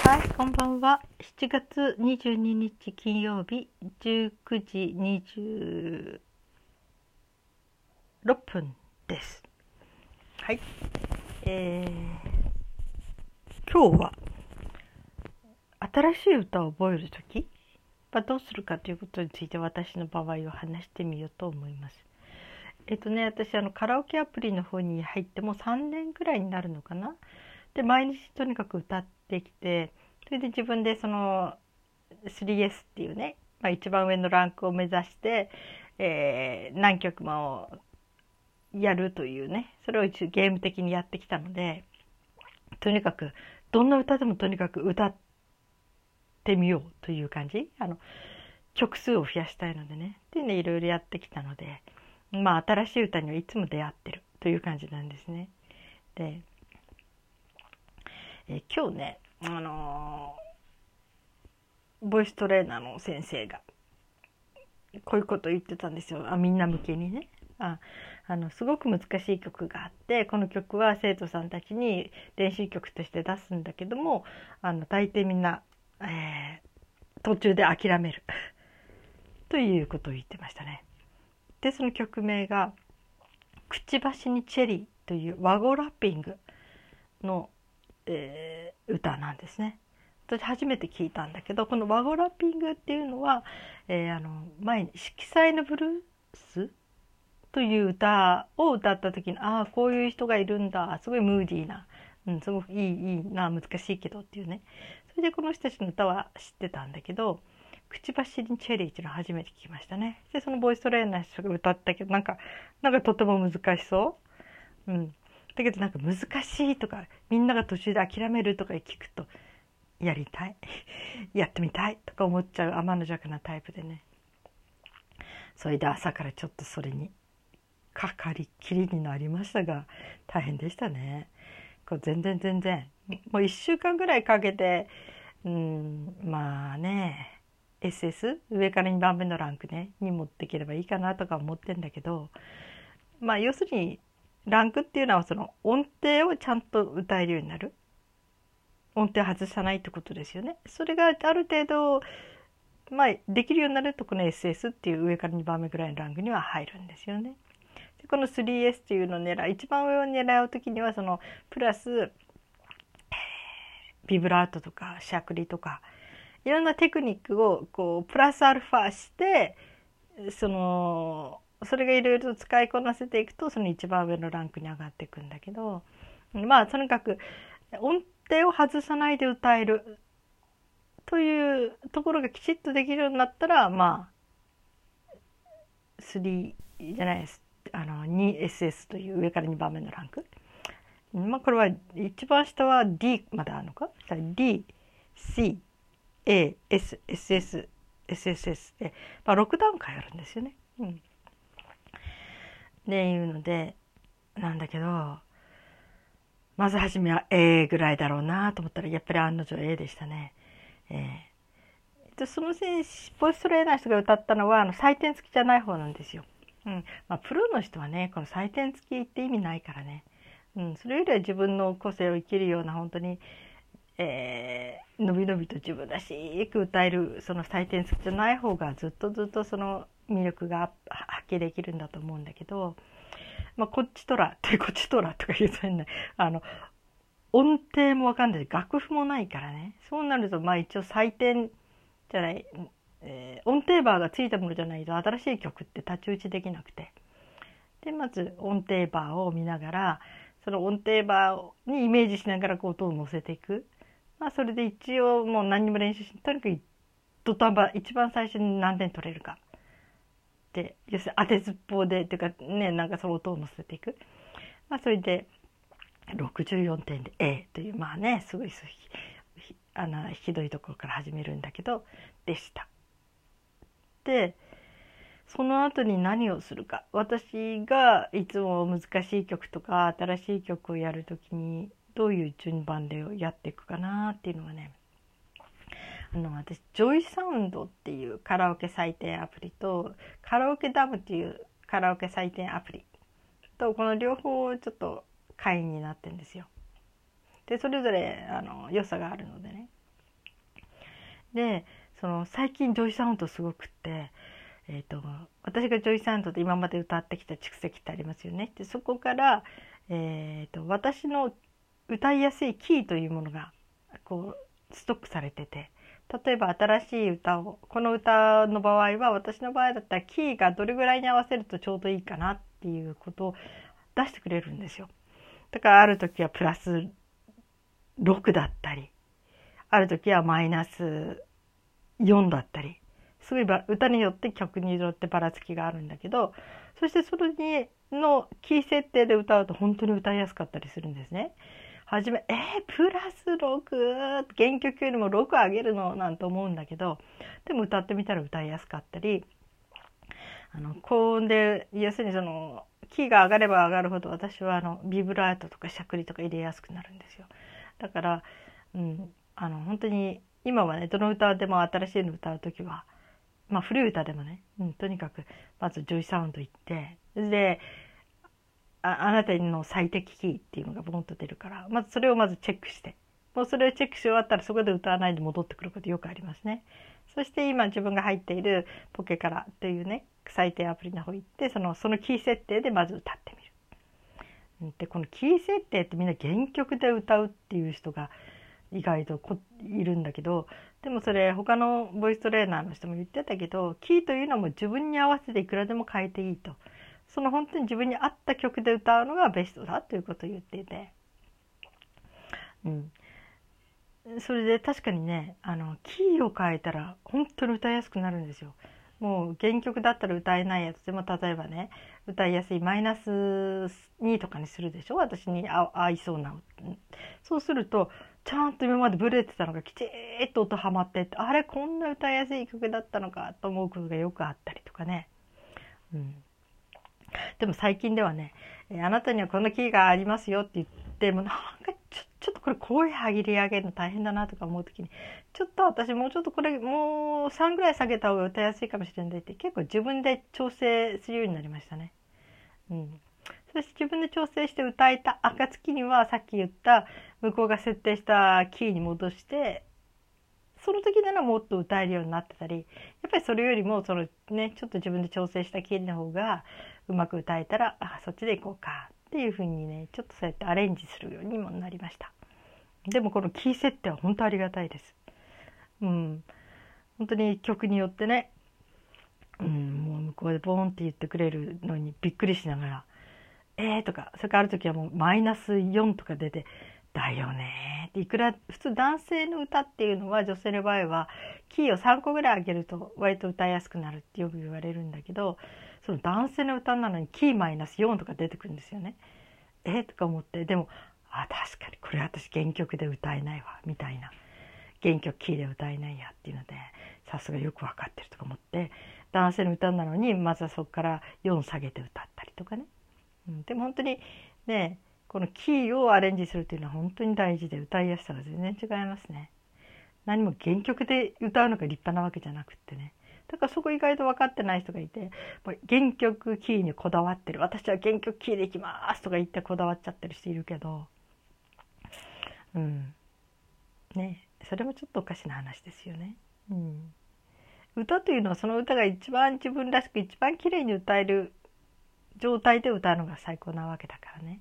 はい、こんばんは。7月22日金曜日19時26分です。はい、今日は新しい歌を覚えるときはどうするかということについて私の場合を話してみようと思います。私カラオケアプリの方に入ってもう3年くらいになるのかな。で、毎日とにかく歌ってきて、それで自分でその 3S っていうね、一番上のランクを目指して、何曲もやるというね、それを一応ゲーム的にやってきたので、とにかくどんな歌でもとにかく歌ってみようという感じ、曲数を増やしたいのでねっていうね、いろいろやってきたので、新しい歌にはいつも出会ってるという感じなんですね。で、今日ね、ボイストレーナーの先生がこういうことを言ってたんですよ。みんな向けにね。すごく難しい曲があって、この曲は生徒さんたちに練習曲として出すんだけども、大抵みんな、途中で諦めるということを言ってましたね。で、その曲名がくちばしにチェリーという和語ラッピングの、歌なんですね。私初めて聞いたんだけど、この和語ラッピングっていうのは、前に色彩のブルースという歌を歌った時に、こういう人がいるんだ、すごいムーディーな、すごくいいな、難しいけどっていうね。それでこの人たちの歌は知ってたんだけど、くちばしにチェリーっていうのを初めて聞きましたね。で、そのボイストレーナーの人が歌ったけど、なんかとても難しそう。だけど難しいとか、みんなが途中で諦めるとか聞くと、やりたいやってみたいとか思っちゃう天の弱なタイプでね。それで朝からちょっとそれにかかりきりになりましたが、大変でしたね。こう全然もう1週間ぐらいかけて、SS 上から2番目のランクねに持っていければいいかなとか思ってんだけど、要するにランクっていうのはその音程をちゃんと歌えるようになる、音程を外さないってことですよね。それがある程度、できるようになると、この SS っていう上から2番目ぐらいのランクには入るんですよね。でこの 3S っていうのを一番上を狙う時には、そのプラスビブラートとかしゃくりとかいろんなテクニックをこうプラスアルファして、それがいろいろと使いこなせていくと、その一番上のランクに上がっていくんだけど、とにかく音程を外さないで歌えるというところがきちっとできるようになったら、3じゃないです、2SS という上から2番目のランク、これは一番下は D まであるのか、 D、C、A、S、SS、SSS で、6段階あるんですよね。っていうのでなんだけど、まず初めは A ぐらいだろうなと思ったら、やっぱり案の定 A でしたね。そのボイストレーナー人が歌ったのは採点付きじゃない方なんですよ。プロの人はね、この採点付きって意味ないからね。それよりは自分の個性を生きるような、本当に、のびのびと自分らしく歌える、その採点付きじゃない方がずっとその魅力が発揮できるんだと思うんだけど、こっちとらとか言うとね、音程もわかんない、楽譜もないからね。そうなると一応採点じゃない、音程バーがついたものじゃないと新しい曲って太刀打ちできなくて、でまず音程バーを見ながら、その音程バーにイメージしながら音を乗せていく。それで一応もう何にも練習し、とにかく土壇場、一番最初に何点取れるかで、要するに当てずっぽうでっていうかね、その音を乗せていく。それで64点で A という、すごいひどいところから始めるんだけどでした。でその後に何をするか、私がいつも難しい曲とか新しい曲をやるときにどういう順番でやっていくかなっていうのはね、私ジョイサウンドっていうカラオケ採点アプリと、カラオケダムっていうカラオケ採点アプリと、この両方ちょっと会員になってるんですよ。でそれぞれ良さがあるのでね、 で最近ジョイサウンドすごくって、私がジョイサウンドで今まで歌ってきた蓄積ってありますよね。でそこから、私の歌いやすいキーというものがこうストックされてて、例えば新しい歌を、この歌の場合は私の場合だったらキーがどれぐらいに合わせるとちょうどいいかなっていうことを出してくれるんですよ。だからある時はプラス6だったり、ある時はマイナス4だったり、すごい歌によって曲によってばらつきがあるんだけど、そしてそれのキー設定で歌うと本当に歌いやすかったりするんですね。はじめプラス6、原曲よりも6上げるのなんて思うんだけど、でも歌ってみたら歌いやすかったり、高音で要するにキーが上がれば上がるほど私はビブラートとかしゃくりとか入れやすくなるんですよ。だから、本当に今はね、どの歌でも新しいの歌う時は、古い歌でもね、とにかくまずジョイサウンド行って、であなたの最適キーっていうのがボンと出るから、それをまずチェックして、もうそれをチェックし終わったらそこで歌わないで戻ってくることよくありますね。そして今自分が入っているポケカラっていうね、最低アプリの方行って、そのキー設定でまず歌ってみる。でこのキー設定ってみんな原曲で歌うっていう人が意外といるんだけど、でもそれ他のボイストレーナーの人も言ってたけど、キーというのも自分に合わせていくらでも変えていいと。本当に自分に合った曲で歌うのがベストだということを言っていて、それで確かにね、キーを変えたら本当に歌いやすくなるんですよ。もう原曲だったら歌えないやつでも、例えばね、歌いやすいマイナス2とかにするでしょ、私に合いそうな。そうするとちゃんと今までブレてたのがきちっと音はまってって、あれこんな歌いやすい曲だったのかと思うことがよくあったりとかね。でも最近ではね、あなたにはこのキーがありますよって言っても、なんかちょっとこれ声歯切り上げるの大変だなとか思うときに、ちょっと私もうちょっとこれもう3ぐらい下げた方が歌いやすいかもしれないって結構自分で調整するようになりましたね。そして自分で調整して歌えた暁には、さっき言った向こうが設定したキーに戻して、その時ならもっと歌えるようになってたり、やっぱりそれよりもちょっと自分で調整したキーの方がうまく歌えたら、そっちでいこうかっていう風にね、ちょっとそうやってアレンジするようにもなりました。でもこのキー設定は本当ありがたいです。本当に曲によってね、もう向こうでボーンって言ってくれるのにびっくりしながら、とか、それからある時はもうマイナス4とか出て、だよねって、いくら普通男性の歌っていうのは、女性の場合はキーを3個ぐらい上げると割と歌いやすくなるってよく言われるんだけど、その男性の歌なのにキーマイナス4とか出てくるんですよね。とか思って、でも確かにこれ私原曲で歌えないわみたいな、原曲キーで歌えないやっていうので、さすがよく分かってるとか思って、男性の歌なのにまずはそこから4下げて歌ったりとかね。でも本当にね、このキーをアレンジするっていうのは本当に大事で、歌いやすさが全然違いますね。何も原曲で歌うのが立派なわけじゃなくってね。だからそこ意外と分かってない人がいて、原曲キーにこだわってる、私は原曲キーでいきますとか言ってこだわっちゃってる人いるけど、ね、それもちょっとおかしな話ですよね。歌というのはその歌が一番自分らしく一番綺麗に歌える状態で歌うのが最高なわけだからね。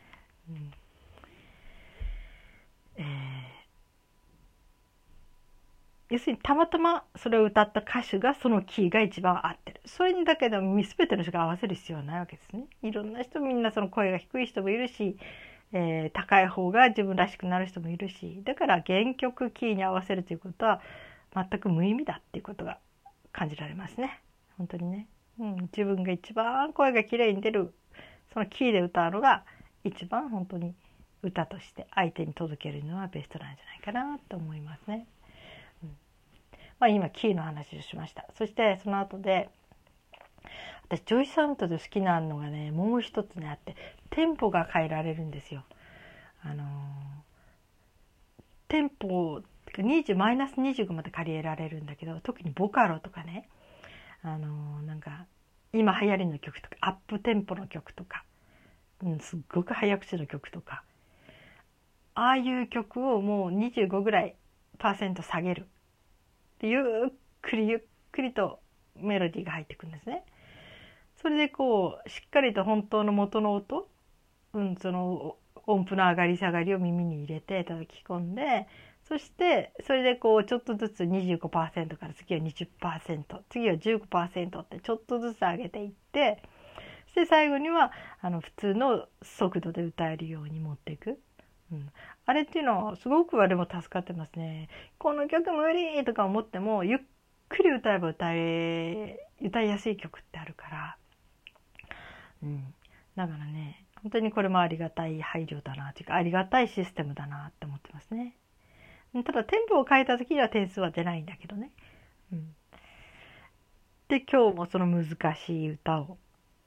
要するにたまたまそれを歌った歌手がそのキーが一番合ってる。それにだけでも全ての人が合わせる必要はないわけですね。いろんな人、みんなその声が低い人もいるし、高い方が自分らしくなる人もいるし、だから原曲キーに合わせるということは全く無意味だっていうことが感じられますね。本当にね。自分が一番声が綺麗に出るそのキーで歌うのが一番本当に歌として相手に届けるのはベストなんじゃないかなと思いますね。今キーの話をしました。そしてその後で私ジョイサウンドで好きなのがね、もう一つねあって、テンポが変えられるんですよ。テンポ20マイナス25まで借りられるんだけど、特にボカロとかね、なんか今流行りの曲とかアップテンポの曲とか、すっごく早口の曲とか、ああいう曲をもう25ぐらいパーセント下げるでゆっくりゆっくりとメロディーが入ってくるんですね。それでこうしっかりと本当の元の音、その音符の上がり下がりを耳に入れて叩き込んで、そしてそれでこうちょっとずつ 25% から次は 20%、次は 15% ってちょっとずつ上げていって、そして最後には普通の速度で歌えるように持っていく。あれっていうのはすごくあれも助かってますね。この曲無理とか思ってもゆっくり歌えば歌いやすい曲ってあるから、だからね、本当にこれもありがたい配慮だなというか、ありがたいシステムだなって思ってますね。ただテンポを変えた時には点数は出ないんだけどね。で今日もその難しい歌を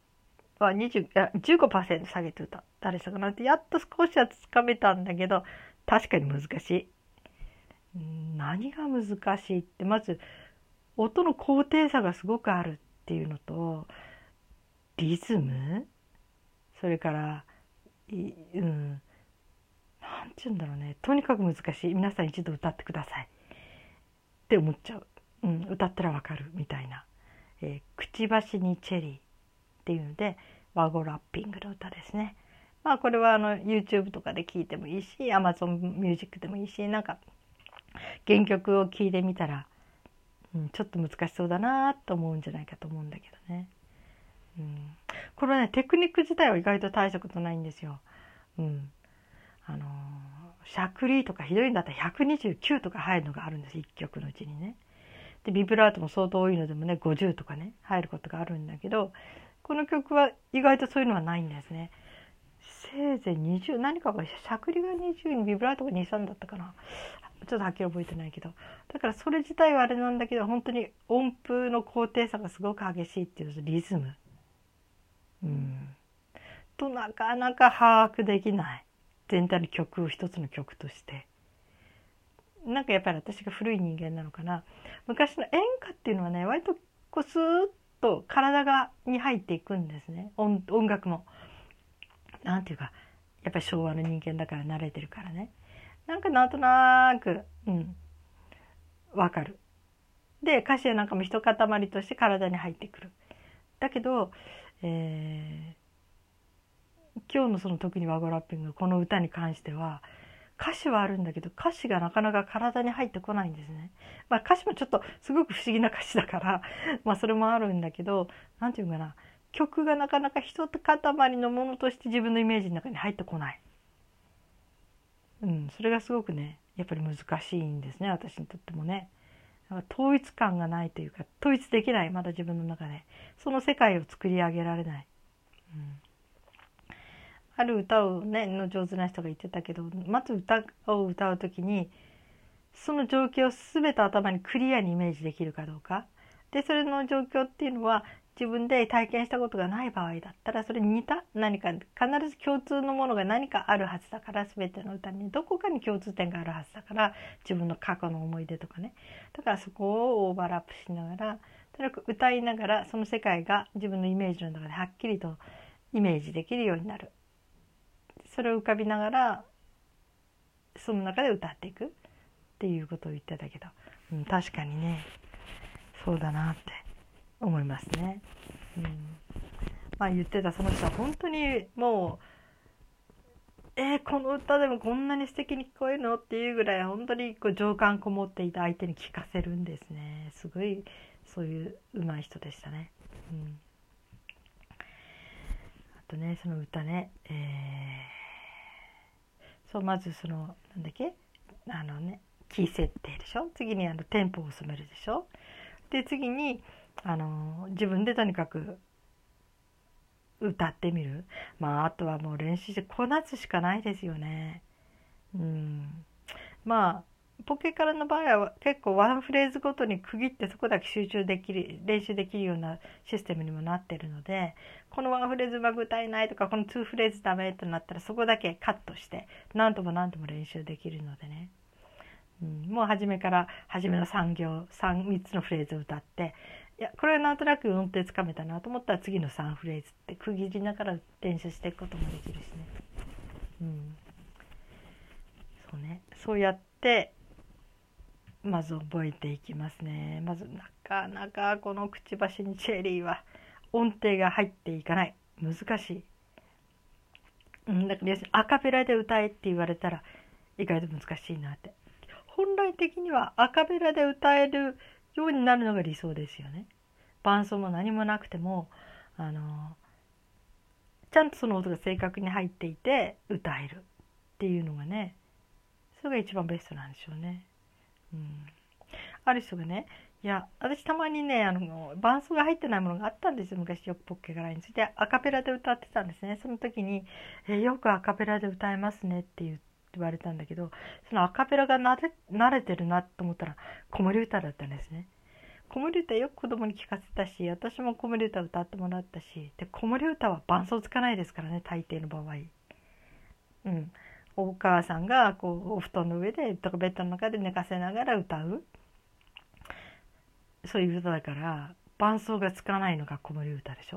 15% 下げて歌ったりしたかなって、やっと少しはつかめたんだけど、確かに難しい。何が難しいって、まず音の高低差がすごくあるっていうのと、リズム、それからなんて言うんだろうね、とにかく難しい。皆さん一度歌ってくださいって思っちゃう。歌ったらわかるみたいな、くちばしにチェリーっていうのでワゴラッピングの歌ですね。これはYouTube とかで聴いてもいいし Amazon Music でもいいし、なんか原曲を聴いてみたら、ちょっと難しそうだなと思うんじゃないかと思うんだけどね。これはね、テクニック自体は意外と大したことないんですよ。しゃくりとかひどいんだったら129とか入るのがあるんです、1曲のうちにね。でビブラートも相当多いのでもね50とかね入ることがあるんだけど、この曲は意外とそういうのはないんですね。せいぜい20、何かがしゃくりが20にビブラートが23だったかな、ちょっとはっきり覚えてないけど、だからそれ自体はあれなんだけど、本当に音符の高低差がすごく激しいっていうリズム、となかなか把握できない、全体の曲を一つの曲として。なんかやっぱり私が古い人間なのかな。昔の演歌っていうのはね、割とこうスーッと体に入っていくんですね。音楽もなんていうか、やっぱり昭和の人間だから慣れてるからね、なんとなくわかる。で歌詞なんかも一塊として体に入ってくる。だけど、今日のその特にワゴラッピング、この歌に関しては歌詞はあるんだけど、歌詞がなかなか体に入ってこないんですね。歌詞もちょっとすごく不思議な歌詞だからそれもあるんだけど、なんていうかな、曲がなかなか一塊のものとして自分のイメージの中に入ってこない。それがすごくね、やっぱり難しいんですね、私にとってもね。統一感がないというか、統一できない、まだ自分の中でその世界を作り上げられない。ある歌をねの上手な人が言ってたけど、まず歌を歌う時にその状況を全て頭にクリアにイメージできるかどうかで、それの状況っていうのは自分で体験したことがない場合だったら、それに似た何か必ず共通のものが何かあるはずだから、全ての歌にどこかに共通点があるはずだから、自分の過去の思い出とかね、だからそこをオーバーラップしながら、とにかく歌いながらその世界が自分のイメージの中ではっきりとイメージできるようになる。それを浮かびながらその中で歌っていくっていうことを言ってたけど、確かにねそうだなって思いますね。言ってたその人は本当にもうこの歌でもこんなに素敵に聞こえるのっていうぐらい、本当にこう情感こもっていた相手に聞かせるんですね。すごいそういう上手い人でしたね。あとね、その歌ね、まずそのなんだっけ、キー設定でしょ。次にテンポを染めるでしょ。で次に自分でとにかく歌ってみる。あとはもう練習してこなすしかないですよね。ポケカラの場合は結構ワンフレーズごとに区切ってそこだけ集中できる、練習できるようなシステムにもなってるので、このワンフレーズうまく歌えないとか、この2フレーズダメとなったらそこだけカットして何とも何とも練習できるのでね、もう初めから初めの3つのフレーズを歌って、いやこれはなんとなく音程つかめたなと思ったら次の3フレーズって区切りながら練習していくこともできるしね。そうやってまず覚えていきますね。まずなかなかこのくちばしにチェリーは音程が入っていかない。難しい。だから要するにアカペラで歌えって言われたら意外と難しいなって。本来的にはアカペラで歌えるようになるのが理想ですよね。伴奏も何もなくてもちゃんとその音が正確に入っていて歌えるっていうのがね、それが一番ベストなんでしょうね。ある人がね、いや私たまにね伴奏が入ってないものがあったんですよ、昔。よくポッケガラについてアカペラで歌ってたんですね。その時によくアカペラで歌えますねって言われたんだけど、そのアカペラが慣れてるなと思ったら子守歌だったんですね。子守歌よく子供に聞かせたし、私も子守歌歌ってもらったし、で子守歌は伴奏つかないですからね、大抵の場合。お母さんがこうお布団の上でとかベッドの中で寝かせながら歌う、そういう歌だから伴奏がつかないのが子守歌でしょ。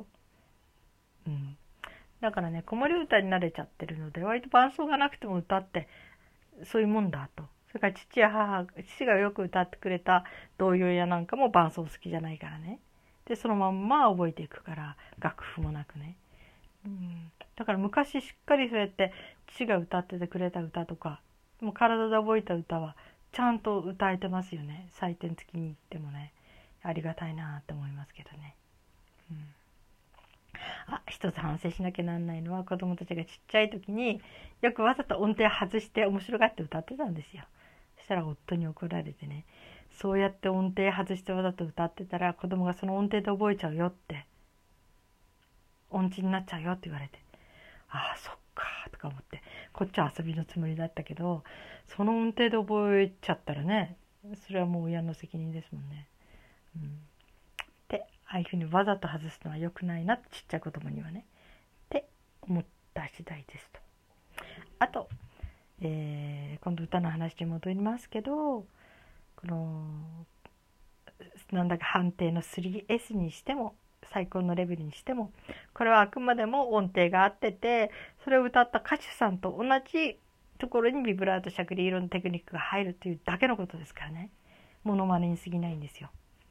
だからね、子守歌に慣れちゃってるので割と伴奏がなくても歌ってそういうもんだと。それから父がよく歌ってくれた童謡やなんかも伴奏好きじゃないからね。でそのまんま覚えていくから、楽譜もなくね。だから昔しっかりそうやって父が歌っててくれた歌とか、もう体で覚えた歌はちゃんと歌えてますよね。採点付きに行ってもね、ありがたいなって思いますけどね。一つ反省しなきゃなんないのは、子供たちがちっちゃい時によくわざと音程外して面白がって歌ってたんですよ。そしたら夫に怒られてね、そうやって音程外してわざと歌ってたら子供がその音程で覚えちゃうよって、音痴になっちゃうよって言われて、そっかとか思って、こっちは遊びのつもりだったけど、その音程で覚えちゃったらね、それはもう親の責任ですもんね。で、ああいうふうにわざと外すのは良くないなって、ちっちゃい子供にはねって思った次第ですと。あと、今度歌の話に戻りますけど、このなんだか判定の 3S にしても最高のレベルにしても、これはあくまでも音程が合ってて、それを歌った歌手さんと同じところにビブラートしゃくり色のテクニックが入るというだけのことですからね。モノマネに過ぎないんですよ。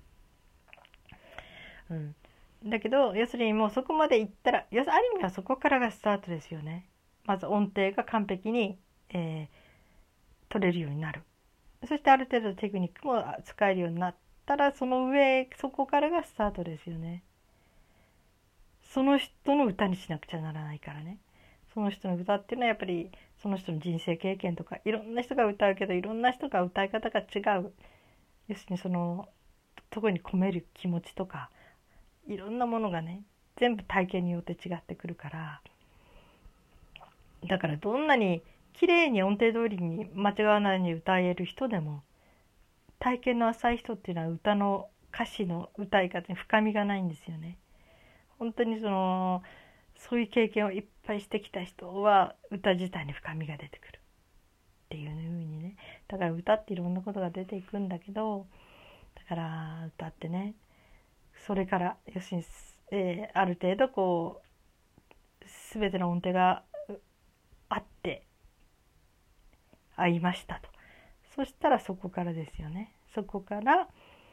だけど要するにもうそこまでいったら、ある意味はそこからがスタートですよね。まず音程が完璧に、取れるようになる。そしてある程度テクニックも使えるようになったら、そこからがスタートですよね。その人の歌にしなくちゃならないからね。その人の歌っていうのはやっぱりその人の人生経験とか、いろんな人が歌うけどいろんな人が歌い方が違う。要するにそのとこに込める気持ちとか、いろんなものがね、全部体験によって違ってくるから、だからどんなに綺麗に音程通りに間違わないように歌える人でも、体験の浅い人っていうのは歌の歌詞の歌い方に深みがないんですよね。本当にそういう経験をいっぱいしてきた人は歌自体に深みが出てくるっていう風にね。だから歌っていろんなことが出ていくんだけど、だから歌ってね、それから要するに、ある程度こう全ての音程があって合いましたと。そしたらそこからですよね。そこから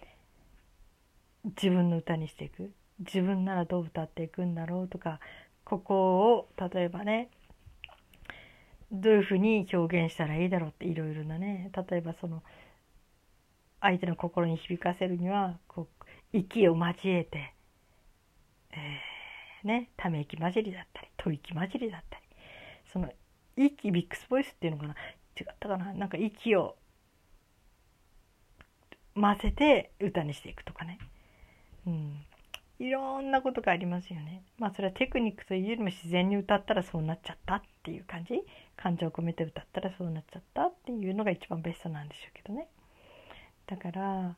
自分の歌にしていく。自分ならどう歌っていくんだろうとか、ここを例えばね、どういうふうに表現したらいいだろうって、いろいろなね、例えばその相手の心に響かせるにはこう息を交えて、ため息混じりだったり吐息混じりだったり、そのミックスボイスっていうのかな、違ったかな、なんか息を混ぜて歌にしていくとかね。いろんなことがありますよね。それはテクニックというよりも自然に歌ったらそうなっちゃったっていう感じ、感情を込めて歌ったらそうなっちゃったっていうのが一番ベストなんでしょうけどね。だから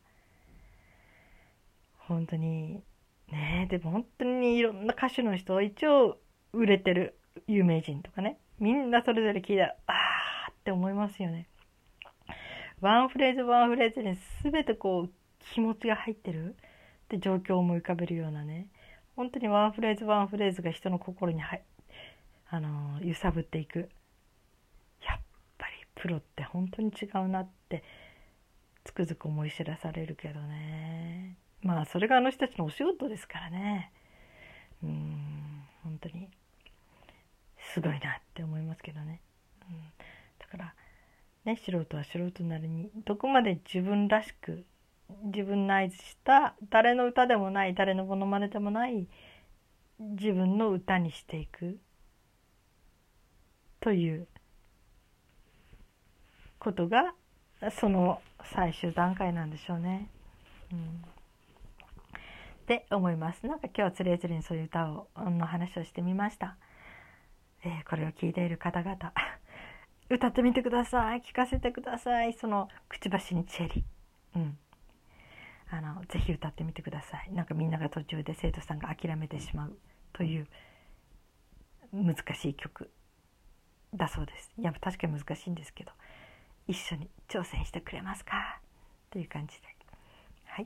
本当にね、でも本当にいろんな歌手の人、一応売れてる有名人とかね、みんなそれぞれ聞いたらーって思いますよね。ワンフレーズワンフレーズに全てこう気持ちが入ってるって状況を思い浮かべるようなね、本当にワンフレーズワンフレーズが人の心に揺さぶっていく。やっぱりプロって本当に違うなってつつくづく思い知らされるけどね。まあそれがあの人たちのお仕事ですからね。本当にすごいなって思いますけどね。だからね、素人は素人なりにどこまで自分らしく、自分の合図した誰の歌でもない、誰のモノマネでもない自分の歌にしていくということがその最終段階なんでしょうね。って思います。なんか今日はつれづれにそういう歌の話をしてみました。これを聞いている方々歌ってみてください、聞かせてください。そのくちばしにチェリー、ぜひ歌ってみてください。なんかみんなが途中で生徒さんが諦めてしまうという難しい曲だそうです。いや確かに難しいんですけど、一緒に挑戦してくれますかという感じで、はい、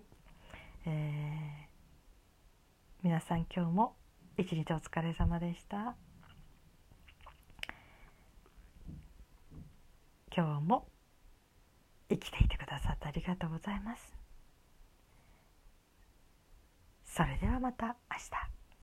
皆さん今日も一日お疲れ様でした。今日も生きていてくださってありがとうございます。それではまた明日。